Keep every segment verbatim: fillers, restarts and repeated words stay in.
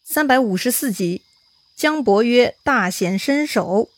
三百五十四集，姜伯约大显身手。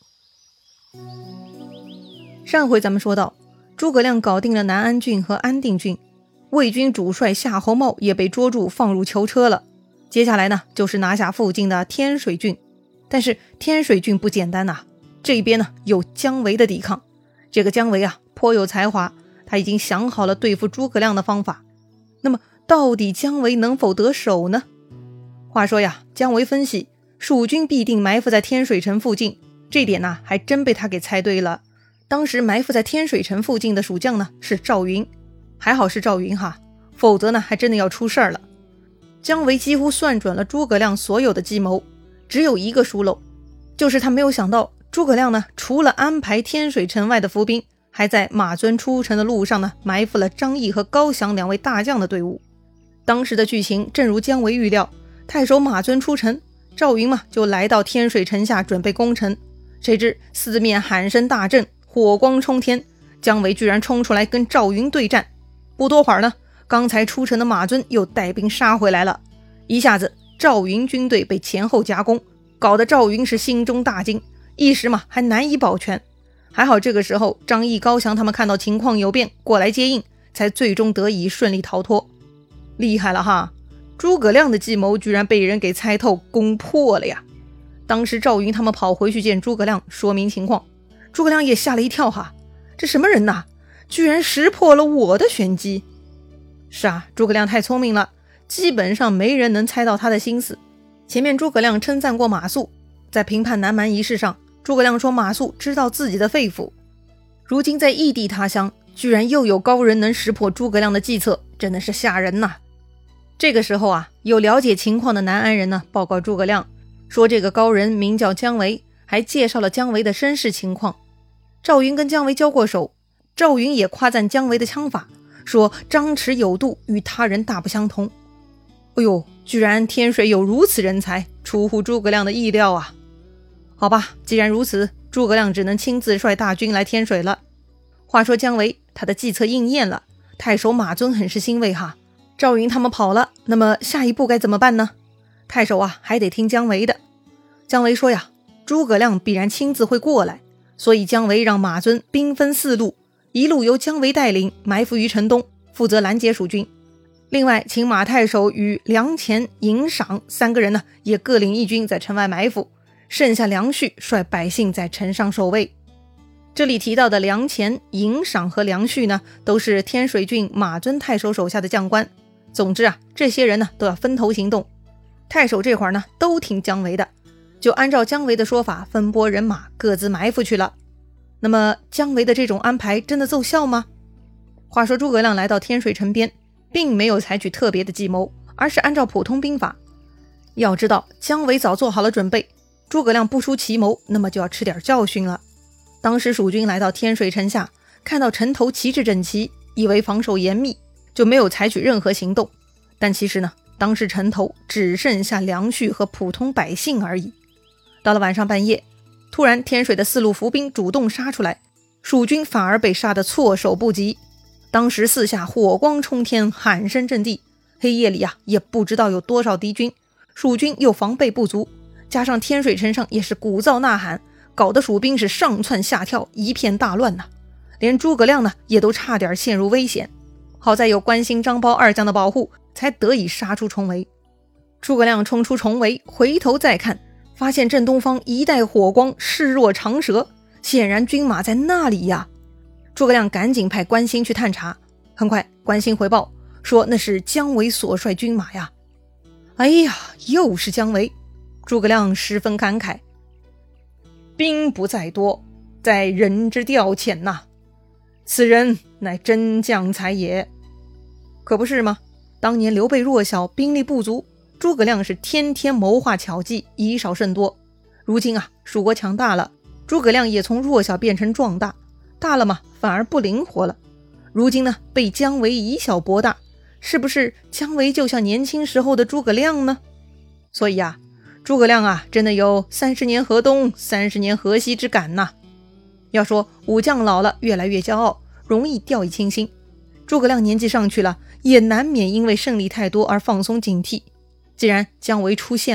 上回咱们说到，诸葛亮搞定了南安郡和安定郡，魏军主帅夏侯茂也被捉住放入囚车了。接下来呢，就是拿下附近的天水郡。但是天水郡不简单呐、啊，这边呢有姜维的抵抗。这个姜维啊颇有才华，他已经想好了对付诸葛亮的方法。那么到底姜维能否得手呢？话说呀，姜维分析蜀军必定埋伏在天水城附近，这点呢还真被他给猜对了。当时埋伏在天水城附近的蜀将呢是赵云，还好是赵云哈，否则呢还真的要出事儿了。姜维几乎算准了诸葛亮所有的计谋，只有一个疏漏，就是他没有想到诸葛亮呢除了安排天水城外的伏兵，还在马尊出城的路上呢埋伏了张翼和高翔两位大将的队伍。当时的剧情正如姜维预料，太守马尊出城，赵云嘛就来到天水城下准备攻城。谁知四面喊声大震，火光冲天，姜维居然冲出来跟赵云对战。不多会儿呢，刚才出城的马尊又带兵杀回来了，一下子赵云军队被前后夹攻，搞得赵云是心中大惊，一时嘛还难以保全。还好这个时候张翼高翔他们看到情况有变，过来接应，才最终得以顺利逃脱。厉害了哈，诸葛亮的计谋居然被人给猜透攻破了呀。当时赵云他们跑回去见诸葛亮说明情况，诸葛亮也吓了一跳哈，这什么人呐，居然识破了我的玄机。是啊，诸葛亮太聪明了，基本上没人能猜到他的心思。前面诸葛亮称赞过马谡，在平叛南蛮一事上，诸葛亮说马谡知道自己的肺腑。如今在异地他乡，居然又有高人能识破诸葛亮的计策，真的是吓人呐。这个时候啊，有了解情况的南安人呢报告诸葛亮，说这个高人名叫姜维，还介绍了姜维的身世情况。赵云跟姜维交过手，赵云也夸赞姜维的枪法，说张弛有度，与他人大不相同。哎呦，居然天水有如此人才，出乎诸葛亮的意料啊。好吧，既然如此，诸葛亮只能亲自率大军来天水了。话说姜维他的计策应验了，太守马尊很是欣慰哈。赵云他们跑了，那么下一步该怎么办呢？太守啊还得听姜维的。姜维说呀，诸葛亮必然亲自会过来，所以姜维让马尊兵分四路，一路由姜维带领埋伏于城东，负责拦截蜀军。另外请马太守与梁前、尹赏三个人呢也各领一军在城外埋伏，剩下梁旭率百姓在城上守卫。这里提到的梁前、尹赏和梁旭呢都是天水郡马尊太守手下的将官。总之啊，这些人呢都要分头行动。太守这会儿呢都听姜维的，就按照姜维的说法分拨人马各自埋伏去了。那么姜维的这种安排真的奏效吗？话说诸葛亮来到天水城边，并没有采取特别的计谋，而是按照普通兵法。要知道姜维早做好了准备，诸葛亮不出奇谋，那么就要吃点教训了。当时蜀军来到天水城下，看到城头旗帜整齐，以为防守严密，就没有采取任何行动。但其实呢，当时城头只剩下梁旭和普通百姓而已。到了晚上半夜，突然天水的四路伏兵主动杀出来，蜀军反而被杀得措手不及。当时四下火光冲天，喊声震地，黑夜里啊也不知道有多少敌军，蜀军又防备不足，加上天水城上也是鼓噪呐喊，搞得蜀兵是上蹿下跳，一片大乱呐、啊。连诸葛亮呢也都差点陷入危险，好在有关兴、张苞二将的保护，才得以杀出重围。诸葛亮冲出重围，回头再看，发现正东方一带火光，势若长蛇，显然军马在那里呀。诸葛亮赶紧派关兴去探查，很快关兴回报说那是姜维所率军马呀。哎呀，又是姜维！诸葛亮十分感慨，兵不在多，在人之调遣呐、啊，此人乃真将才也。可不是吗？当年刘备弱小，兵力不足，诸葛亮是天天谋划巧计，以少胜多。如今啊，蜀国强大了，诸葛亮也从弱小变成壮大，大了嘛，反而不灵活了。如今呢，被姜维以小博大，是不是姜维就像年轻时候的诸葛亮呢？所以啊，诸葛亮啊，真的有三十年河东，三十年河西之感呐。要说武将老了，越来越骄傲，容易掉以轻心。诸葛亮年纪上去了，也难免因为胜利太多而放松警惕。既然姜维出现了，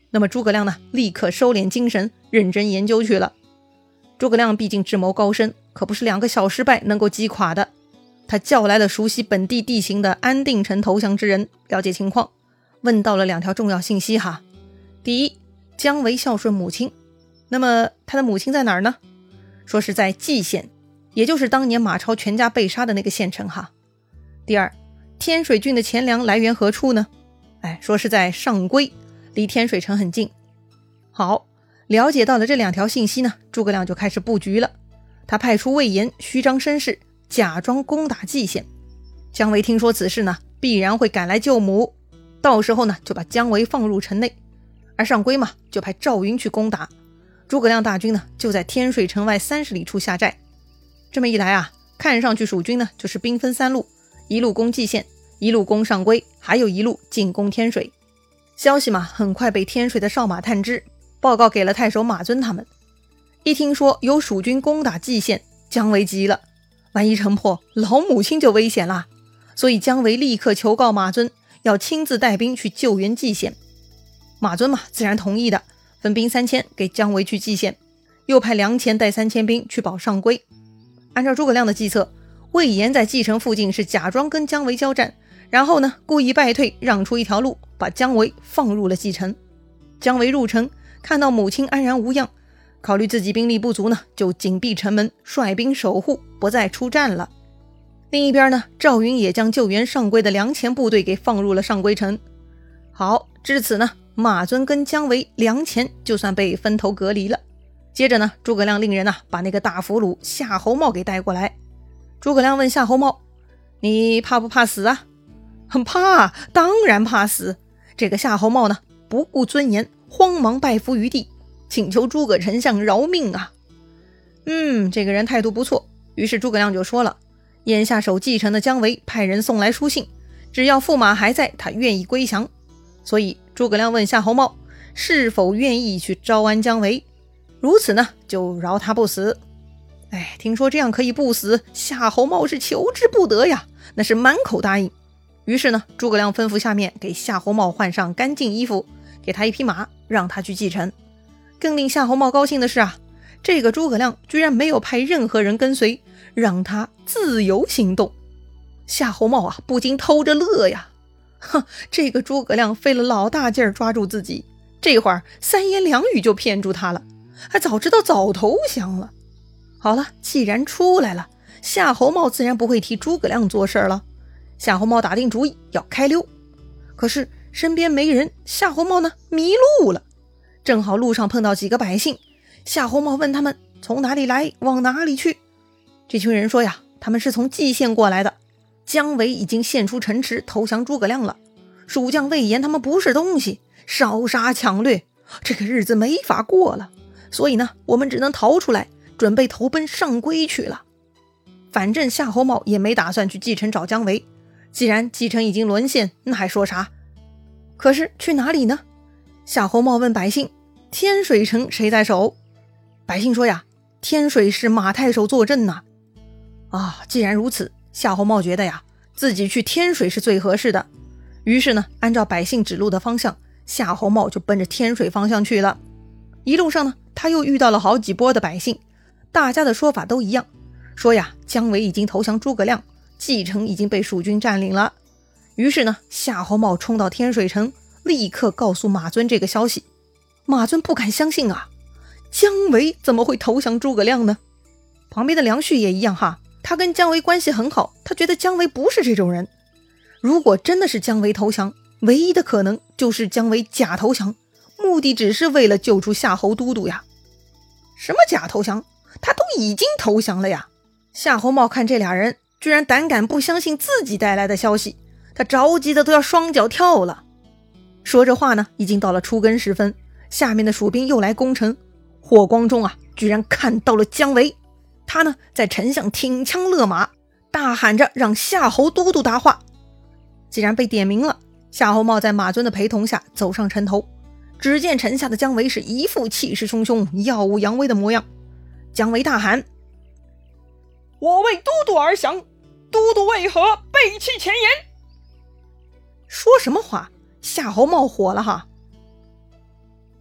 那么诸葛亮呢，立刻收敛精神，认真研究去了。诸葛亮毕竟智谋高深，可不是两个小失败能够击垮的。他叫来了熟悉本地地形的安定城投降之人，了解情况，问到了两条重要信息哈。第一，姜维孝顺母亲，那么他的母亲在哪儿呢？说是在蓟县，也就是当年马超全家被杀的那个县城哈。第二，天水郡的钱粮来源何处呢？哎，说是在上邽，离天水城很近。好，了解到了这两条信息呢，诸葛亮就开始布局了。他派出魏延虚张声势，假装攻打蓟县。姜维听说此事呢，必然会赶来救母，到时候呢，就把姜维放入城内。而上邽嘛，就派赵云去攻打。诸葛亮大军呢，就在天水城外三十里处下寨。这么一来啊，看上去蜀军呢，就是兵分三路，一路攻蓟县，一路攻上邽，还有一路进攻天水。消息嘛，很快被天水的哨马探知，报告给了太守马尊他们。一听说有蜀军攻打蓟县，姜维急了，万一城破，老母亲就危险了。所以姜维立刻求告马尊，要亲自带兵去救援蓟县。马尊嘛，自然同意的，分兵三千给姜维去蓟县，又派梁前带三千兵去保上邽。按照诸葛亮的计策，魏延在蓟城附近是假装跟姜维交战，然后呢，故意败退，让出一条路，把姜维放入了蓟城。姜维入城，看到母亲安然无恙，考虑自己兵力不足呢，就紧闭城门，率兵守护，不再出战了。另一边呢，赵云也将救援上邽的梁前部队给放入了上邽城。好，至此呢，马尊跟姜维、梁前就算被分头隔离了。接着呢，诸葛亮令人啊把那个大俘虏夏侯茂给带过来。诸葛亮问夏侯茂：“你怕不怕死啊？”“很怕，当然怕死。”这个夏侯茂呢，不顾尊严，慌忙拜伏于地，请求诸葛丞相饶命啊！嗯，这个人态度不错。于是诸葛亮就说了，眼下守蓟城的姜维派人送来书信，只要驸马还在，他愿意归降。所以诸葛亮问夏侯茂是否愿意去招安姜维，如此呢，就饶他不死。哎，听说这样可以不死，夏侯茂是求之不得呀，那是满口答应。于是呢，诸葛亮吩咐下面给夏侯茂换上干净衣服，给他一匹马，让他去蓟城。更令夏侯茂高兴的是啊，这个诸葛亮居然没有派任何人跟随，让他自由行动。夏侯茂啊，不禁偷着乐呀。哼，这个诸葛亮费了老大劲儿抓住自己，这会儿三言两语就骗住他了，还早知道早投降了。好了，既然出来了，夏侯茂自然不会替诸葛亮做事了。夏侯茂打定主意要开溜，可是身边没人，夏侯茂呢迷路了。正好路上碰到几个百姓，夏侯茂问他们从哪里来，往哪里去。这群人说呀，他们是从蓟县过来的，姜维已经献出城池投降诸葛亮了，蜀将魏延他们不是东西，烧杀抢掠，这个日子没法过了，所以呢，我们只能逃出来，准备投奔上邽去了。反正夏侯茂也没打算去蓟城找姜维，既然蓟城已经沦陷，那还说啥？可是去哪里呢？夏侯茂问百姓，天水城谁在守？百姓说呀，天水是马太守坐镇呐。啊，既然如此，夏侯茂觉得呀，自己去天水是最合适的。于是呢，按照百姓指路的方向，夏侯茂就奔着天水方向去了。一路上呢，他又遇到了好几波的百姓，大家的说法都一样，说呀，姜维已经投降诸葛亮，蓟城已经被蜀军占领了。于是呢，夏侯茂冲到天水城，立刻告诉马尊这个消息。马尊不敢相信啊，姜维怎么会投降诸葛亮呢？旁边的梁旭也一样哈，他跟姜维关系很好，他觉得姜维不是这种人。如果真的是姜维投降，唯一的可能就是姜维假投降，目的只是为了救出夏侯都督呀。什么假投降？他都已经投降了呀。夏侯茂看这俩人居然胆敢不相信自己带来的消息，他着急的都要双脚跳了。说这话呢，已经到了初更时分，下面的蜀兵又来攻城，火光中啊，居然看到了姜维。他呢，在城上挺枪勒马，大喊着让夏侯都督答话。既然被点名了，夏侯茂在马尊的陪同下走上城头，只见城下的姜维是一副气势汹汹、耀武扬威的模样。姜维大喊：“我为都督而降，都督为何背弃前言？”说什么话？夏侯茂火了哈。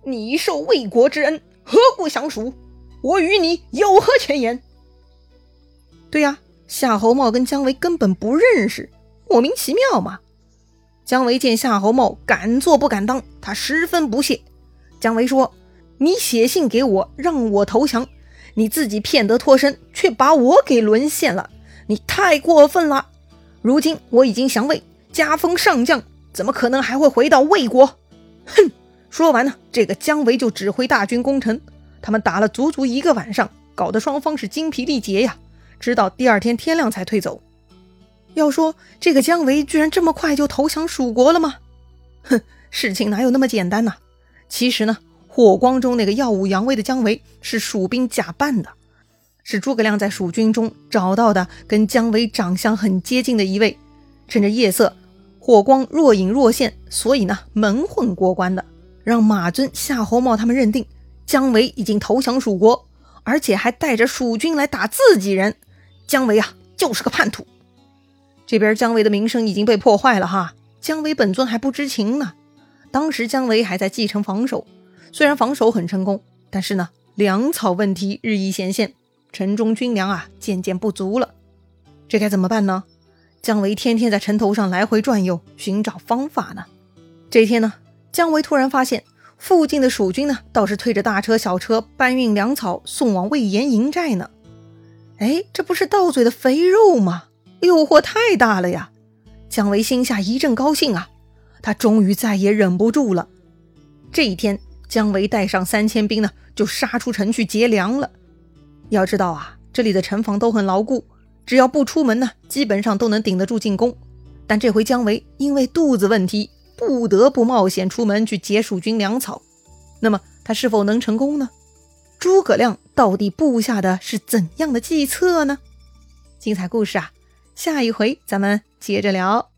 你受魏国之恩，何故相属？我与你有何前言？对呀，夏侯茂跟姜维根本不认识，莫名其妙嘛。姜维见夏侯茂敢做不敢当，他十分不屑。姜维说，你写信给我让我投降，你自己骗得脱身，却把我给沦陷了，你太过分了。如今我已经降魏，加封上将，怎么可能还会回到魏国？哼！说完呢，这个姜维就指挥大军攻城，他们打了足足一个晚上，搞得双方是精疲力竭呀，直到第二天天亮才退走。要说这个姜维居然这么快就投降蜀国了吗？哼，事情哪有那么简单呢？其实呢，火光中那个耀武扬威的姜维是蜀兵假扮的，是诸葛亮在蜀军中找到的跟姜维长相很接近的一位，趁着夜色，火光若隐若现，所以呢蒙混过关的，让马尊、夏侯茂他们认定姜维已经投降蜀国，而且还带着蜀军来打自己人。姜维啊，就是个叛徒。这边姜维的名声已经被破坏了哈，姜维本尊还不知情呢。当时姜维还在继承防守，虽然防守很成功，但是呢粮草问题日益显现，城中军粮啊渐渐不足了。这该怎么办呢？姜维天天在城头上来回转悠，寻找方法呢。这一天呢，姜维突然发现附近的蜀军呢倒是推着大车小车搬运粮草送往魏延营寨呢。哎，这不是到嘴的肥肉吗？诱惑太大了呀！姜维心下一阵高兴啊，他终于再也忍不住了。这一天，姜维带上三千兵呢，就杀出城去劫粮了。要知道啊，这里的城防都很牢固，只要不出门呢，基本上都能顶得住进攻。但这回姜维因为肚子问题，不得不冒险出门去劫蜀军粮草。那么他是否能成功呢？诸葛亮到底布下的是怎样的计策呢？精彩故事啊，下一回咱们接着聊。